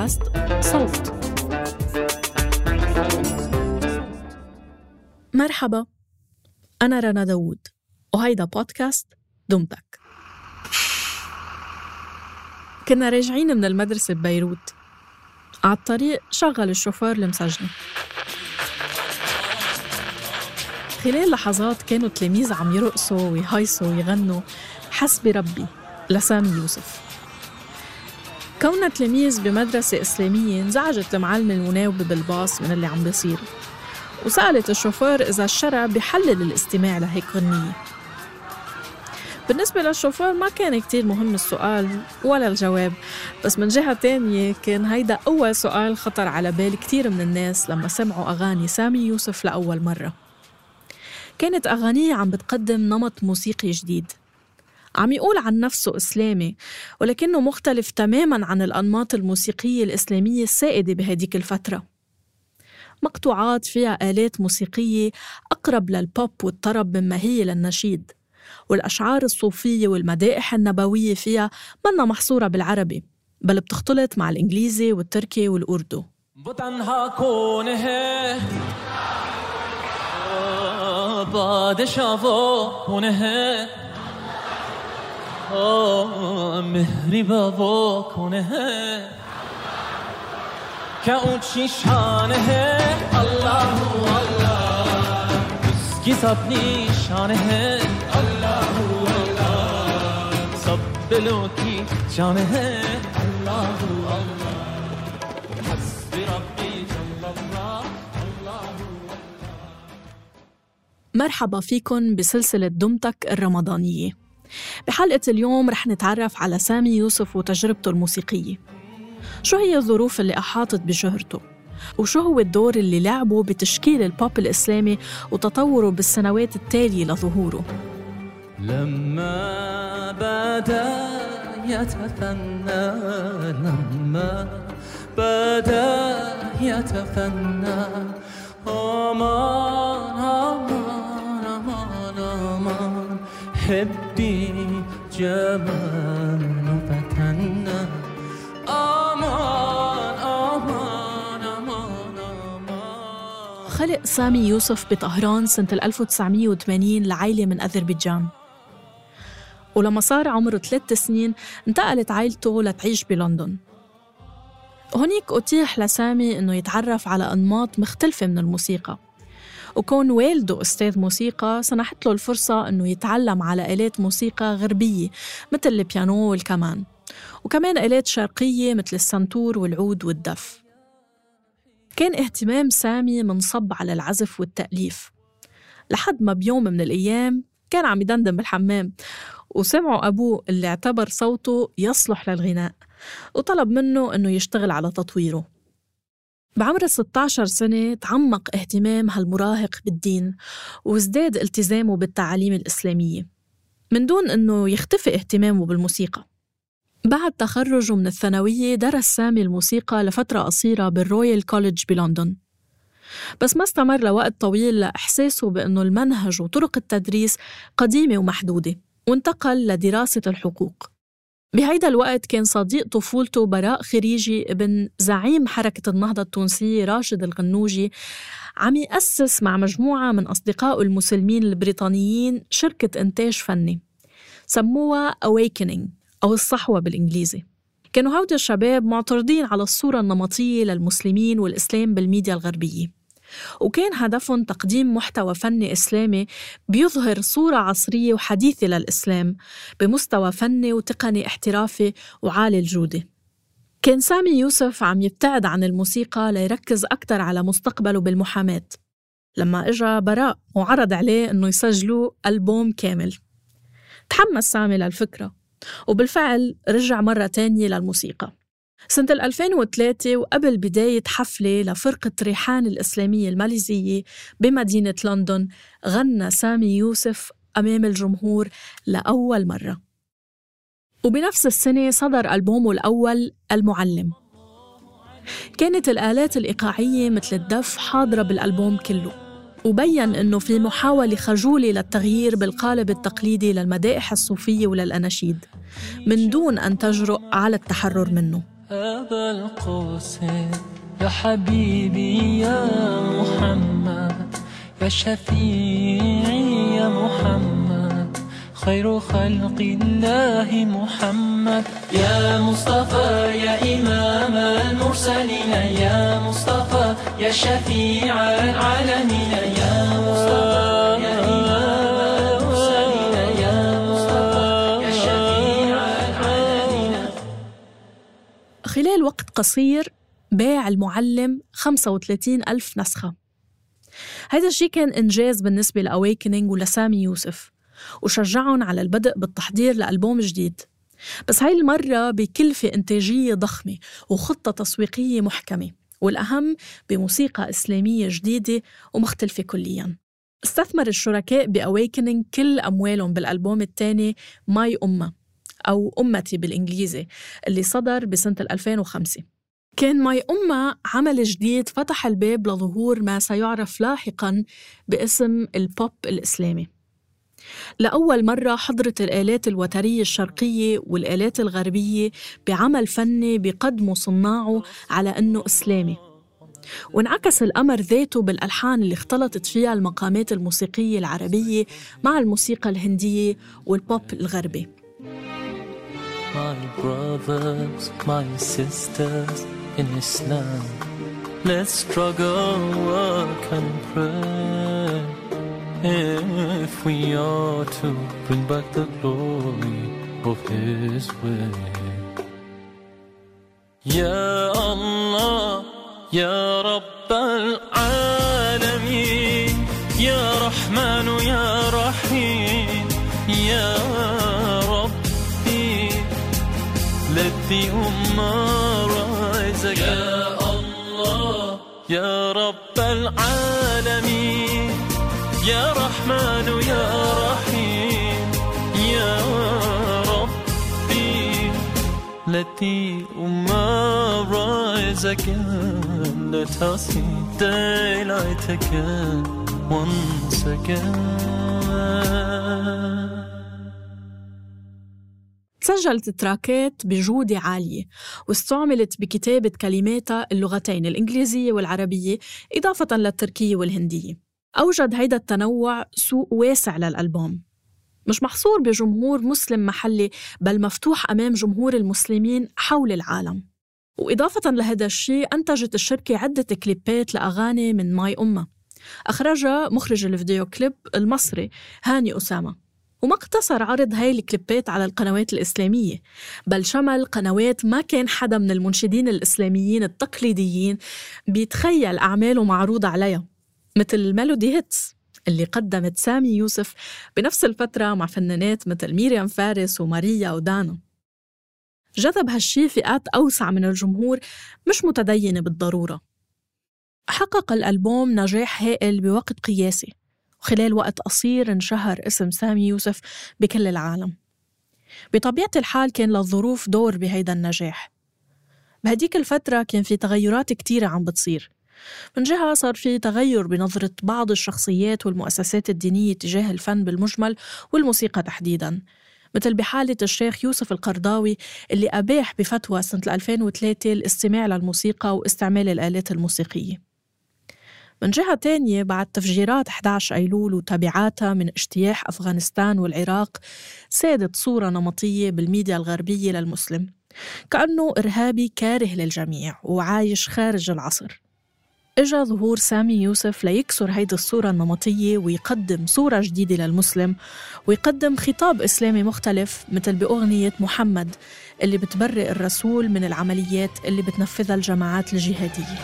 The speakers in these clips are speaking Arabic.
بودكاست صوت. مرحبا، أنا رنا داوود وهيدا بودكاست دمتك. كنا راجعين من المدرسة ببيروت، على الطريق شغل الشوفير المسجلة. خلال لحظات كانوا تلاميذ عم يرقصوا ويهيصوا ويغنوا حسبي ربي لسامي يوسف. كونها تلاميذ بمدرسة إسلامية انزعجت المعلمة المناوبة بالباص من اللي عم بيصير، وسألت الشوفير إذا الشرع بيحلل الاستماع لهيك غنية. بالنسبة للشوفير ما كان كتير مهم السؤال ولا الجواب، بس من جهة تانية كان هيدا أول سؤال خطر على بال كتير من الناس لما سمعوا أغاني سامي يوسف لأول مرة. كانت أغانيه عم بتقدم نمط موسيقي جديد، عم يقول عن نفسه إسلامي، ولكنه مختلف تماماً عن الأنماط الموسيقية الإسلامية السائدة بهديك الفترة. مقطوعات فيها آلات موسيقية أقرب للبوب والطرب مما هي للنشيد، والأشعار الصوفية والمدائح النبوية فيها منا محصورة بالعربي، بل بتختلط مع الإنجليزي والتركي والأردو. مهری بابا کنه که اون چی شانه الله الله اسکی سب نیشانه الله الله سب دلو کی جانه الله الله حسبی ربی جل الله الله. مرحبا فيكن بسلسلة دمتك الرمضانية. بحلقة اليوم رح نتعرف على سامي يوسف وتجربته الموسيقية. شو هي الظروف اللي أحاطت بشهرته؟ وشو هو الدور اللي لعبه بتشكيل البوب الإسلامي وتطوره بالسنوات التالية لظهوره؟ لما بدا يتفنى لما بدا يتفنى أمان أمان أمان أمان حبي جمال فتنا أمان أمان أمان أمان. خلق سامي يوسف بطهران سنة 1980 لعائلة من أذربيجان، ولما صار عمره 3 سنين انتقلت عائلته لتعيش بلندن. هونيك أتيح لسامي إنه يتعرف على أنماط مختلفة من الموسيقى، وكون والده أستاذ موسيقى سنحت له الفرصة إنه يتعلم على آلات موسيقى غربية مثل البيانو والكمان، وكمان آلات شرقية مثل السنتور والعود والدف. كان اهتمام سامي منصب على العزف والتأليف، لحد ما بيوم من الأيام كان عم يدندن بالحمام وسمعوا أبوه اللي اعتبر صوته يصلح للغناء، وطلب منه إنه يشتغل على تطويره. بعمر 16 سنة تعمق اهتمام هالمراهق بالدين وازداد التزامه بالتعاليم الإسلامية من دون أنه يختفي اهتمامه بالموسيقى. بعد تخرجه من الثانوية درس سامي الموسيقى لفترة قصيرة بالرويال كوليدج بلندن، بس ما استمر لوقت طويل لإحساسه بأنه المنهج وطرق التدريس قديمة ومحدودة، وانتقل لدراسة الحقوق. بهيدا الوقت كان صديق طفولته براء خريجي ابن زعيم حركة النهضة التونسية راشد الغنوجي عم يأسس مع مجموعة من أصدقائه المسلمين البريطانيين شركة إنتاج فني سموها Awakening أو الصحوة بالإنجليزي. كانوا هؤلاء الشباب معترضين على الصورة النمطية للمسلمين والإسلام بالميديا الغربية، وكان هدفهم تقديم محتوى فني إسلامي بيظهر صورة عصرية وحديثة للإسلام بمستوى فني وتقني احترافي وعالي الجودة. كان سامي يوسف عم يبتعد عن الموسيقى ليركز أكتر على مستقبله بالمحاماة، لما إجا براء وعرض عليه إنه يسجلوا ألبوم كامل. تحمس سامي للفكرة وبالفعل رجع مرة تانية للموسيقى. سنة 2003 وقبل بداية حفلة لفرقة ريحان الإسلامية الماليزية بمدينة لندن غنى سامي يوسف أمام الجمهور لأول مرة. وبنفس السنة صدر ألبومه الأول المعلم. كانت الآلات الإيقاعية مثل الدف حاضرة بالألبوم كله، وبيّن أنه في محاولة خجولة للتغيير بالقالب التقليدي للمدائح الصوفية وللأناشيد من دون أن تجرؤ على التحرر منه. أبا القاسم يا حبيبي يا محمد يا شفيعي يا محمد خير خلق الله محمد يا مصطفى يا إمام المرسلين يا مصطفى يا شفيع العالمين يا مصطفى يا إمام المرسلين يا مصطفى يا شفيع العالمين. خلال وقت قصير باع المعلم 35,000 نسخة. هذا الشيء كان إنجاز بالنسبة لأويكنينج ولسامي يوسف، وشجعهم على البدء بالتحضير لألبوم جديد، بس هاي المرة بكلفة إنتاجية ضخمة وخطة تسويقية محكمة، والأهم بموسيقى إسلامية جديدة ومختلفة كلياً. استثمر الشركاء بأويكنينج كل أموالهم بالألبوم الثاني ماي أمة أو أمتي بالإنجليزي اللي صدر بسنة 2005. كان ماي أمة عمل جديد فتح الباب لظهور ما سيعرف لاحقاً باسم البوب الإسلامي. لأول مرة حضرت الآلات الوترية الشرقية والآلات الغربية بعمل فني بقدمه صناعه على أنه إسلامي، وانعكس الأمر ذاته بالألحان اللي اختلطت فيها المقامات الموسيقية العربية مع الموسيقى الهندية والبوب الغربي. My brothers, my sisters in Islam, let's struggle, work and pray if we are to bring back the glory of His way. Ya Allah, Ya Rabb al-Alamin, Ya Rahman, Ya Rahim, Ya Let the Ummah rise again. Ya Allah, Ya Rabb al-Alamin, Ya Rahman, Ya Rahim, Ya Rabbi. Let the Ummah rise again. Let us see daylight again, once again. سجلت تراكات بجودة عالية واستعملت بكتابة كلماتها اللغتين الإنجليزية والعربية إضافة للتركية والهندية. أوجد هيدا التنوع سوق واسع للألبوم، مش محصور بجمهور مسلم محلي بل مفتوح أمام جمهور المسلمين حول العالم. وإضافة لهذا الشيء أنتجت الشركة عدة كليبات لأغاني من ماي أمة أخرجها مخرج الفيديو كليب المصري هاني أسامة. وما اقتصر عرض هاي الكليبات على القنوات الإسلامية، بل شمل قنوات ما كان حدا من المنشدين الإسلاميين التقليديين بيتخيل أعماله معروضة عليها، مثل ميلودي هيتس اللي قدمت سامي يوسف بنفس الفترة مع فنانات مثل ميريام فارس وماريا ودانا. جذب هالشي فئات أوسع من الجمهور مش متدينة بالضرورة. حقق الألبوم نجاح هائل بوقت قياسي، وخلال وقت قصير انشهر اسم سامي يوسف بكل العالم. بطبيعة الحال كان للظروف دور بهيدا النجاح. بهديك الفترة كان في تغيرات كتيرة عم بتصير. من جهة صار في تغير بنظرة بعض الشخصيات والمؤسسات الدينية تجاه الفن بالمجمل والموسيقى تحديداً، مثل بحالة الشيخ يوسف القرضاوي اللي أباح بفتوى سنة 2003 الاستماع للموسيقى واستعمال الآلات الموسيقية. من جهة تانية بعد تفجيرات 11 أيلول وتبعاتها من اجتياح أفغانستان والعراق سادت صورة نمطية بالميديا الغربية للمسلم كأنه إرهابي كاره للجميع وعايش خارج العصر. إجا ظهور سامي يوسف ليكسر هيدي الصورة النمطية ويقدم صورة جديدة للمسلم ويقدم خطاب إسلامي مختلف، مثل بأغنية محمد اللي بتبرئ الرسول من العمليات اللي بتنفذها الجماعات الجهادية.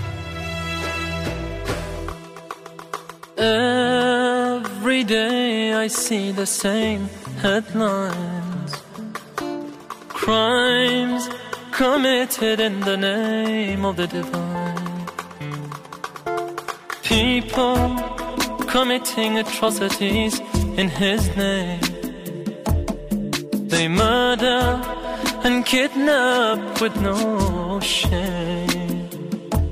Every day I see the same headlines, crimes committed in the name of the divine, people committing atrocities in His name. They murder and kidnap with no shame.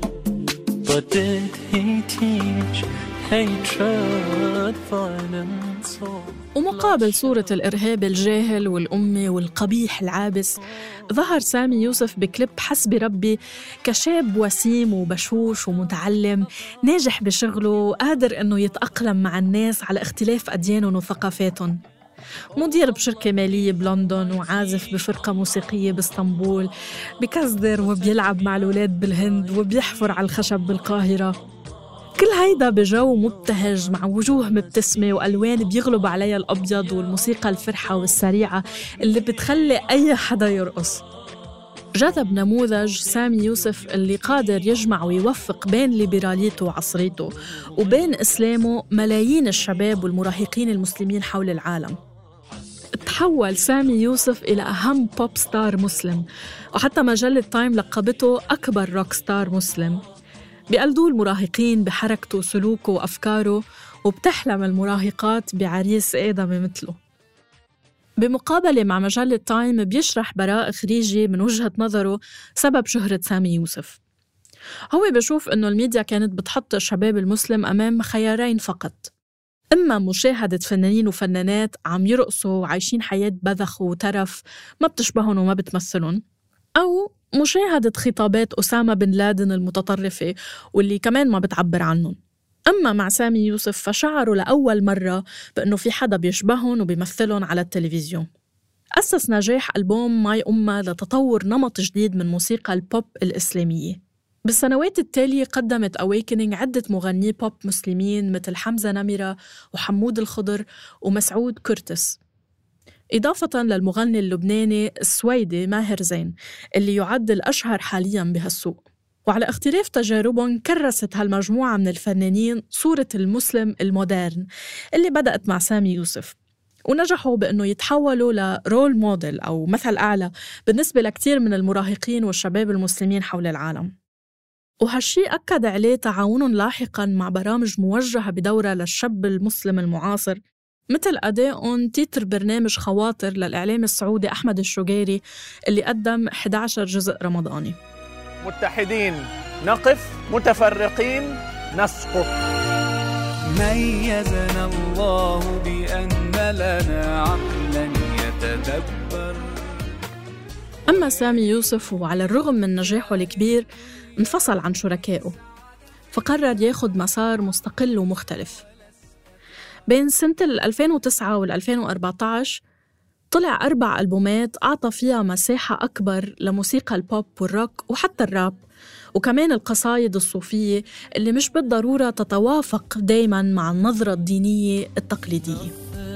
But did He teach hatred, violence? ومقابل صورة الإرهاب الجاهل والأمي والقبيح العابس، ظهر سامي يوسف بكليب حسبي ربي كشاب وسيم وبشوش ومتعلم ناجح بشغله وقادر أنه يتأقلم مع الناس على اختلاف أديانهم وثقافاتهم. مدير بشركة مالية بلندن وعازف بفرقة موسيقية باسطنبول، بكزدر وبيلعب مع الولاد بالهند وبيحفر على الخشب بالقاهرة. كل هيدا بجو مبتهج مع وجوه مبتسمة وألوان بيغلب عليها الأبيض والموسيقى الفرحة والسريعة اللي بتخلي أي حدا يرقص. جذب نموذج سامي يوسف اللي قادر يجمع ويوفق بين ليبراليته وعصريته وبين إسلامه ملايين الشباب والمراهقين المسلمين حول العالم. تحول سامي يوسف إلى أهم بوب ستار مسلم، وحتى مجلة تايم لقبته أكبر روك ستار مسلم. بيقلدوه المراهقين بحركته وسلوكه وأفكاره، وبتحلم المراهقات بعريس آدمي مثله. بمقابلة مع مجلة تايم بيشرح براء خريجي من وجهة نظره سبب شهرة سامي يوسف. هو بيشوف إنه الميديا كانت بتحط الشباب المسلم أمام خيارين فقط: إما مشاهدة فنانين وفنانات عم يرقصوا وعايشين حياة بذخ وترف ما بتشبهن وما بتمثلن، أو مشاهدة خطابات أسامة بن لادن المتطرفة واللي كمان ما بتعبر عنهم. أما مع سامي يوسف فشعروا لأول مرة بأنه في حدا بيشبههم وبيمثلهم على التلفزيون. أسس نجاح ألبوم ماي أمة لتطور نمط جديد من موسيقى البوب الإسلامية. بالسنوات التالية قدمت أويكنينج عدة مغني بوب مسلمين مثل حمزة نمرة وحمود الخضر ومسعود كرتس، إضافة للمغني اللبناني السويدي ماهر زين اللي يعد الأشهر حالياً بهالسوق. وعلى اختلاف تجاربهم كرست هالمجموعة من الفنانين صورة المسلم المودرن اللي بدأت مع سامي يوسف، ونجحوا بأنه يتحولوا لرول موديل أو مثل أعلى بالنسبة لكتير من المراهقين والشباب المسلمين حول العالم. وهالشي أكد عليه تعاونهم لاحقاً مع برامج موجهة بدورة للشاب المسلم المعاصر، مثل أدائهم تيتر برنامج خواطر للإعلام السعودي أحمد الشقيري اللي قدم 11 جزء رمضاني. متحدين نقف، متفرقين نسقط. ميزنا الله بأن لنا عقلا يتدبر. أما سامي يوسف وعلى الرغم من نجاحه الكبير انفصل عن شركائه، فقرر ياخد مسار مستقل ومختلف. بين سنة 2009 وال2014 طلع 4 ألبومات أعطى فيها مساحة أكبر لموسيقى البوب والروك وحتى الراب، وكمان القصايد الصوفية اللي مش بالضرورة تتوافق دايماً مع النظرة الدينية التقليدية.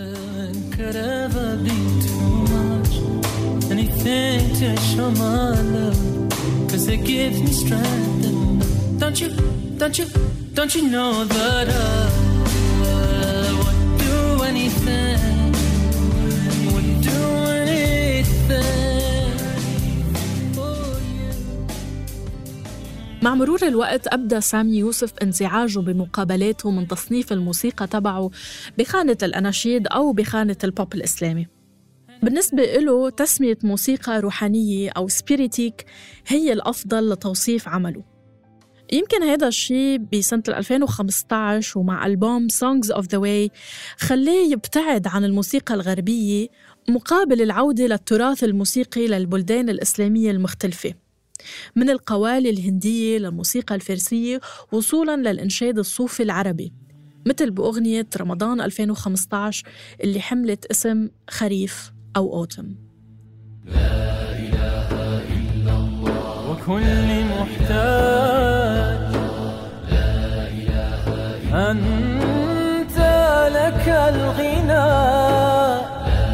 مع مرور الوقت أبدأ سامي يوسف انزعاجه بمقابلاته من تصنيف الموسيقى تبعه بخانة الأناشيد أو بخانة البوب الإسلامي. بالنسبة له تسمية موسيقى روحانية أو سبيريتيك هي الأفضل لتوصيف عمله. يمكن هذا الشيء بسنة 2015 ومع ألبوم Songs of the Way خليه يبتعد عن الموسيقى الغربية مقابل العودة للتراث الموسيقي للبلدان الإسلامية المختلفة، من القوالي الهندية للموسيقى الفارسية وصولاً للإنشاد الصوفي العربي، مثل بأغنية رمضان 2015 اللي حملت اسم خريف أو أوتم. لا إله إلا الله وكل محتاج، لا إله إلا أنت لك الغنى،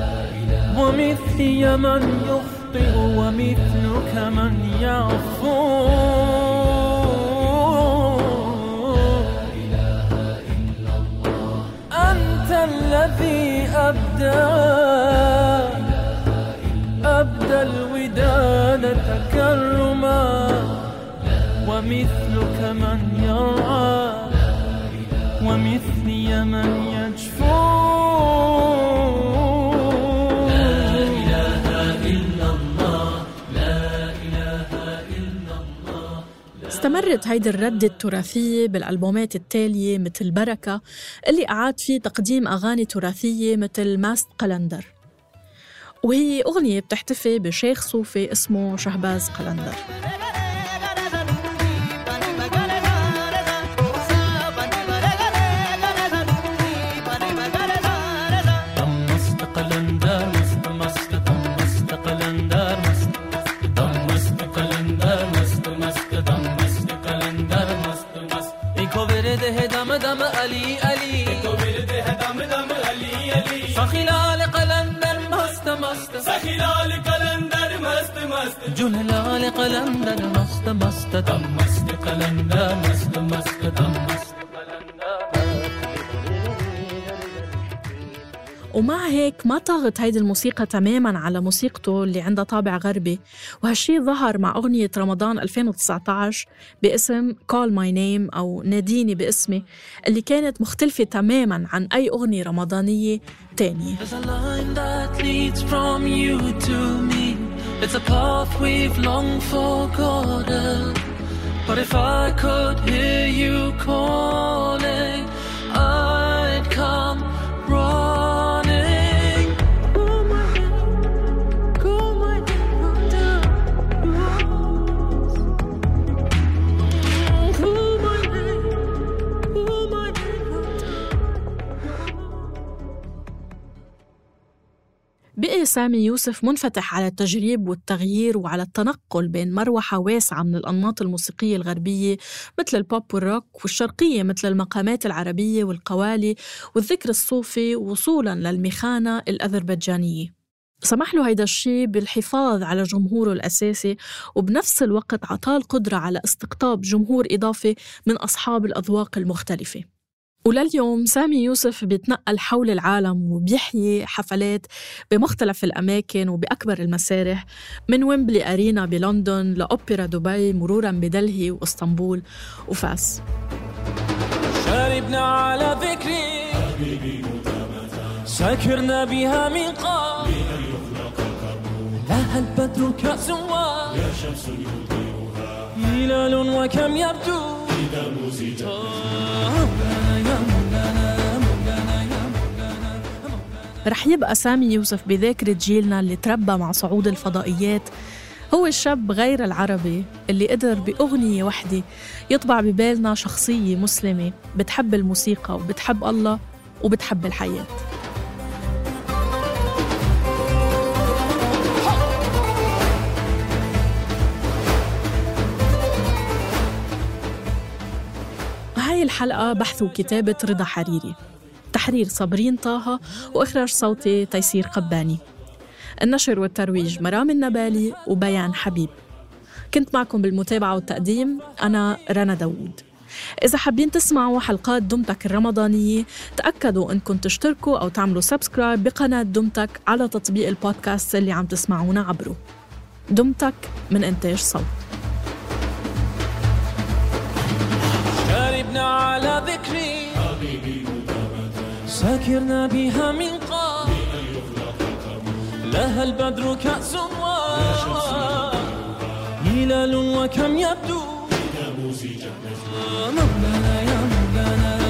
ومثلي من يخطئ ومثلك من يعفو، لا إله إلا الله أنت الذي أبدى الوداد تكرما، ومثلك من يرعى ومثلي من يجفو. استمرت هيدي الردة التراثية بالألبومات التالية مثل بركة اللي أعاد فيه تقديم أغاني تراثية مثل ماست قلندر، وهي أغنية بتحتفي بشيخ صوفي اسمه شهباز قلندر. جهلال قلندر مست مست دم مست قلندر مست مست دم مست ومع هيك ما طاغت هيدي الموسيقى تماماً على موسيقته اللي عندها طابع غربي، وهالشي ظهر مع أغنية رمضان 2019 باسم Call My Name أو ناديني باسمي، اللي كانت مختلفة تماماً عن أي أغنية رمضانية تانية. It's a path we've long forgotten, but if I could hear you calling, I'd come running. Call my name, call my name under yours. Call my name, call my name under. بقي سامي يوسف منفتح على التجريب والتغيير وعلى التنقل بين مروحة واسعة من الأنماط الموسيقية الغربية مثل البوب والروك، والشرقية مثل المقامات العربية والقوالي والذكر الصوفي، وصولاً للمخانة الأذربيجانية. سمح له هيدا الشيء بالحفاظ على جمهوره الأساسي، وبنفس الوقت عطاه القدرة على استقطاب جمهور إضافي من أصحاب الأذواق المختلفة. ولليوم سامي يوسف بيتنقل حول العالم وبيحيي حفلات بمختلف الأماكن وبأكبر المسارح، من ويمبلي أرينا بلندن لأوبرا دبي مروراً بدلهي واسطنبول وفاس. شاربنا على ذكري سكرنا بها من قام لها البدر كأسوا يا شمس يضيئها هلال وكم يبدو رح يبقى سامي يوسف بذاكرة جيلنا اللي تربى مع صعود الفضائيات. هو الشاب غير العربي اللي قدر بأغنية وحدة يطبع ببالنا شخصية مسلمة بتحب الموسيقى وبتحب الله وبتحب الحياة. هاي الحلقة بحث وكتابة رضا حريري، تحرير صابرين طه، وإخراج صوتي تيسير قباني، النشر والترويج مرام النبالي وبيان حبيب. كنت معكم بالمتابعة والتقديم أنا رنا داوود. إذا حابين تسمعوا حلقات دمتك الرمضانية تأكدوا أنكم تشتركوا أو تعملوا سبسكرايب بقناة دمتك على تطبيق البودكاست اللي عم تسمعونا عبره. دمتك من إنتاج صوت. شاربنا على ذكري سكرنا بها من قام لها البدر كأسوا هلال وكم يبدو مولانا يا مولانا